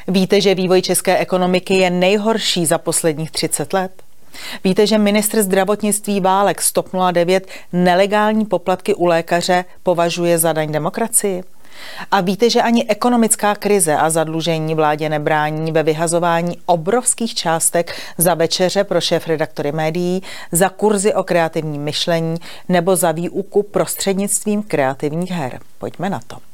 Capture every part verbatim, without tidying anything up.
Víte, že vývoj české ekonomiky je nejhorší za posledních třicet let? Víte, že ministr zdravotnictví Válek z TOP nula devět nelegální poplatky u lékaře považuje za daň demokracii? A víte, že ani ekonomická krize a zadlužení vládě nebrání ve vyhazování obrovských částek za večeře pro šéfredaktory médií, za kurzy o kreativním myšlení nebo za výuku prostřednictvím kreativních her? Pojďme na to.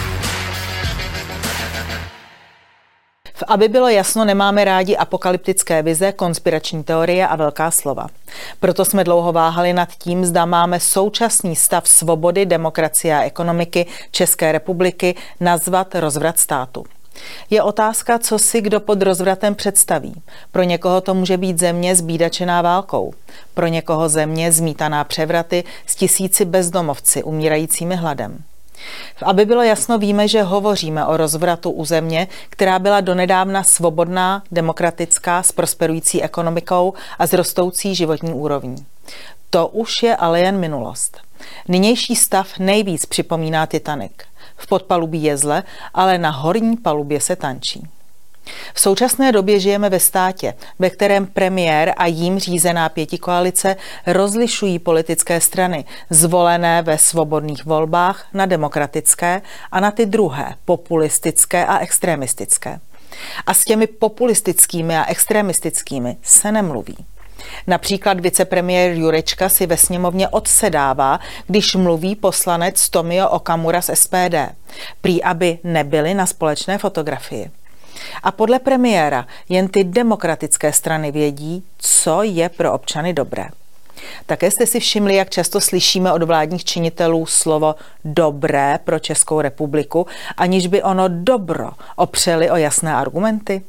Aby bylo jasno, nemáme rádi apokalyptické vize, konspirační teorie a velká slova. Proto jsme dlouho váhali nad tím, zda máme současný stav svobody, demokracie a ekonomiky České republiky nazvat rozvrat státu. Je otázka, co si kdo pod rozvratem představí. Pro někoho to může být země zbídačená válkou, pro někoho země zmítaná převraty s tisíci bezdomovci umírajícími hladem. Aby bylo jasno, víme, že hovoříme o rozvratu u země, která byla donedávna svobodná, demokratická, s prosperující ekonomikou a s rostoucí životní úrovní. To už je ale jen minulost. Nynější stav nejvíc připomíná Titanic. V podpalubí je zle, ale na horní palubě se tančí. V současné době žijeme ve státě, ve kterém premiér a jím řízená pětikoalice rozlišují politické strany, zvolené ve svobodných volbách, na demokratické a na ty druhé, populistické a extremistické. A s těmi populistickými a extremistickými se nemluví. Například vicepremiér Jurečka si ve sněmovně odsedává, když mluví poslanec Tomio Okamura z S P D, prý aby nebyli na společné fotografii. A podle premiéra jen ty demokratické strany vědí, co je pro občany dobré. Také jste si všimli, jak často slyšíme od vládních činitelů slovo dobré pro Českou republiku, aniž by ono dobro opřeli o jasné argumenty?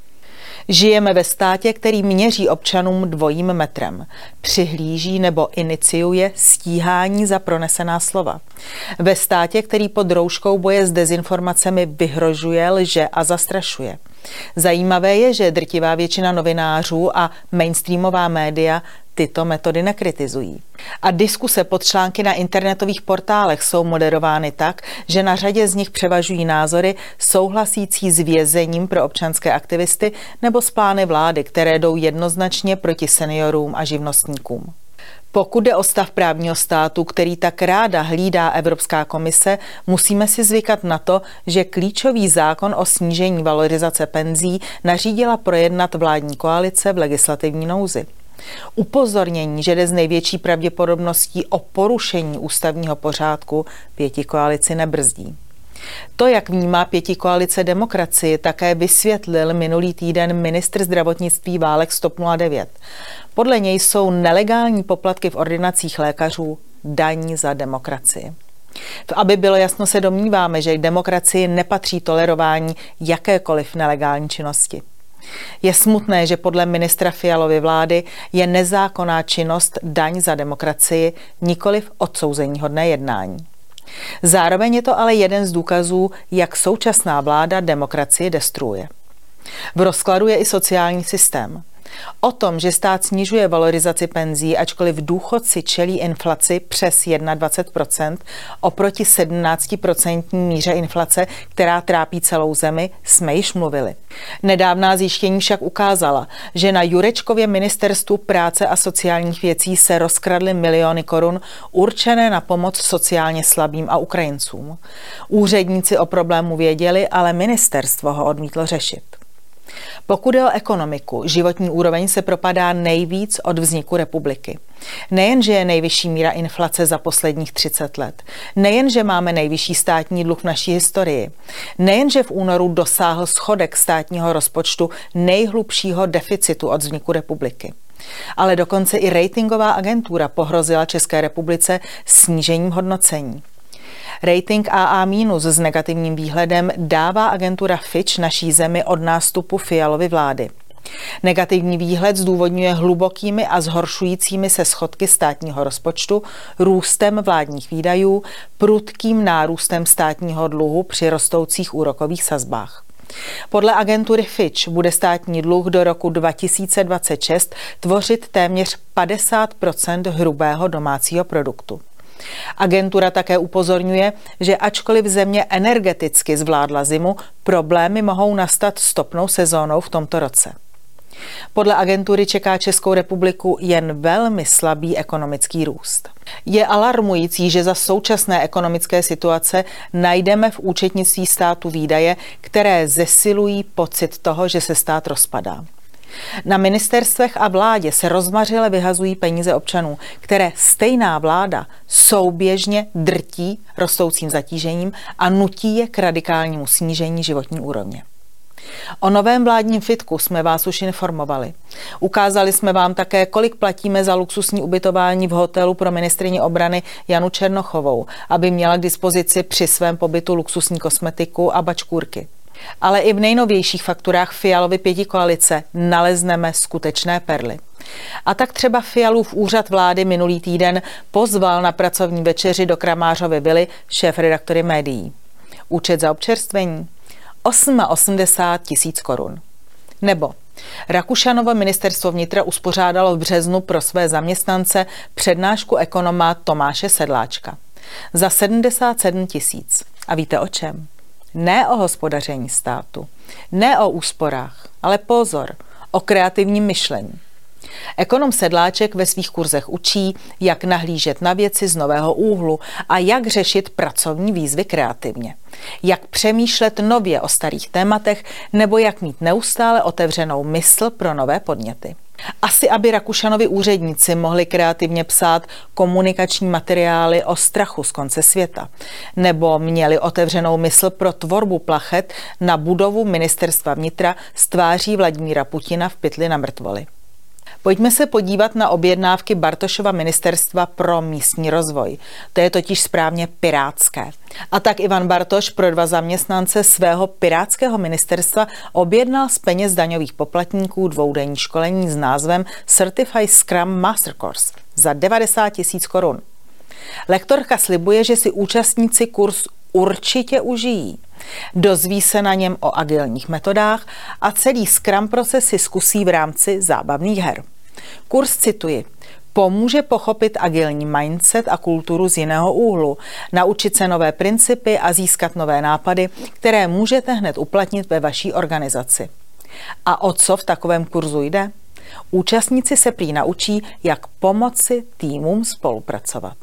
Žijeme ve státě, který měří občanům dvojím metrem. Přihlíží nebo iniciuje stíhání za pronesená slova. Ve státě, který pod rouškou boje s dezinformacemi vyhrožuje, lže a zastrašuje. Zajímavé je, že drtivá většina novinářů a mainstreamová média tyto metody nekritizují. A diskuse pod články na internetových portálech jsou moderovány tak, že na řadě z nich převažují názory souhlasící s vězením pro občanské aktivisty nebo s plány vlády, které jdou jednoznačně proti seniorům a živnostníkům. Pokud jde o stav právního státu, který tak ráda hlídá Evropská komise, musíme si zvykat na to, že klíčový zákon o snížení valorizace penzí nařídila projednat vládní koalice v legislativní nouzi. Upozornění, že jde s největší pravděpodobností o porušení ústavního pořádku, pětikoalici nebrzdí. To, jak vnímá pětikoalice demokracii, také vysvětlil minulý týden ministr zdravotnictví Válek z TOP nula devět. Podle něj jsou nelegální poplatky v ordinacích lékařů daní za demokracii. Aby bylo jasno, se domníváme, že k demokracii nepatří tolerování jakékoliv nelegální činnosti. Je smutné, že podle ministra Fialovy vlády je nezákonná činnost daň za demokracii, nikoliv odsouzeníhodné jednání. Zároveň je to ale jeden z důkazů, jak současná vláda demokracii destruuje. V rozkladu je i sociální systém. O tom, že stát snižuje valorizaci penzí, ačkoliv důchodci čelí inflaci přes dvacet jedna procent oproti sedmnáctiprocentní míře inflace, která trápí celou zemi, jsme již mluvili. Nedávná zjištění však ukázala, že na Jurečkově ministerstvu práce a sociálních věcí se rozkradly miliony korun určené na pomoc sociálně slabým a Ukrajincům. Úředníci o problému věděli, ale ministerstvo ho odmítlo řešit. Pokud jde o ekonomiku, životní úroveň se propadá nejvíc od vzniku republiky. Nejenže je nejvyšší míra inflace za posledních třicet let, nejenže máme nejvyšší státní dluh v naší historii, nejenže v únoru dosáhl schodek státního rozpočtu nejhlubšího deficitu od vzniku republiky, ale dokonce i ratingová agentura pohrozila České republice snížením hodnocení. Rating A A minus s negativním výhledem dává agentura Fitch naší zemi od nástupu Fialovy vlády. Negativní výhled zdůvodňuje hlubokými a zhoršujícími se schodky státního rozpočtu, růstem vládních výdajů, prudkým nárůstem státního dluhu při rostoucích úrokových sazbách. Podle agentury Fitch bude státní dluh do roku dva tisíce dvacet šest tvořit téměř padesát procent hrubého domácího produktu. Agentura také upozorňuje, že ačkoliv země energeticky zvládla zimu, problémy mohou nastat s topnou sezónou v tomto roce. Podle agentury čeká Českou republiku jen velmi slabý ekonomický růst. Je alarmující, že za současné ekonomické situace najdeme v účetnictví státu výdaje, které zesilují pocit toho, že se stát rozpadá. Na ministerstvech a vládě se rozmařile vyhazují peníze občanů, které stejná vláda souběžně drtí rostoucím zatížením a nutí je k radikálnímu snížení životní úrovně. O novém vládním fitku jsme vás už informovali. Ukázali jsme vám také, kolik platíme za luxusní ubytování v hotelu pro ministryni obrany Janu Černochovou, aby měla k dispozici při svém pobytu luxusní kosmetiku a bačkůrky. Ale i v nejnovějších fakturách Fialovy pětikoalice nalezneme skutečné perly. A tak třeba Fialův úřad vlády minulý týden pozval na pracovní večeři do Kramářovy vily šéfredaktory médií. Účet za občerstvení? osmdesát osm tisíc korun. Nebo Rakušanovo ministerstvo vnitra uspořádalo v březnu pro své zaměstnance přednášku ekonoma Tomáše Sedláčka. Za sedmdesát sedm tisíc. A víte o čem? Ne o hospodaření státu, ne o úsporách, ale pozor, o kreativním myšlení. Ekonom Sedláček ve svých kurzech učí, jak nahlížet na věci z nového úhlu a jak řešit pracovní výzvy kreativně. Jak přemýšlet nově o starých tématech nebo jak mít neustále otevřenou mysl pro nové podněty. Asi aby Rakušanovi úředníci mohli kreativně psát komunikační materiály o strachu z konce světa, nebo měli otevřenou mysl pro tvorbu plachet na budovu ministerstva vnitra s tváří Vladimíra Putina v pytli na mrtvoli. Pojďme se podívat na objednávky Bartošova ministerstva pro místní rozvoj. To je totiž správně pirátské. A tak Ivan Bartoš pro dva zaměstnance svého pirátského ministerstva objednal z peněz daňových poplatníků dvoudenní školení s názvem Certified Scrum Master Course za devadesát tisíc korun. Lektorka slibuje, že si účastníci kurz určitě užijí. Dozví se na něm o agilních metodách a celý Scrum proces si zkusí v rámci zábavných her. Kurz, cituji, pomůže pochopit agilní mindset a kulturu z jiného úhlu, naučit se nové principy a získat nové nápady, které můžete hned uplatnit ve vaší organizaci. A o co v takovém kurzu jde? Účastníci se prý naučí, jak pomoci týmům spolupracovat.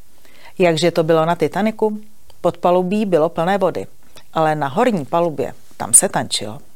Jakže to bylo na Titaniku? Podpalubí bylo plné vody, ale na horní palubě tam se tančilo.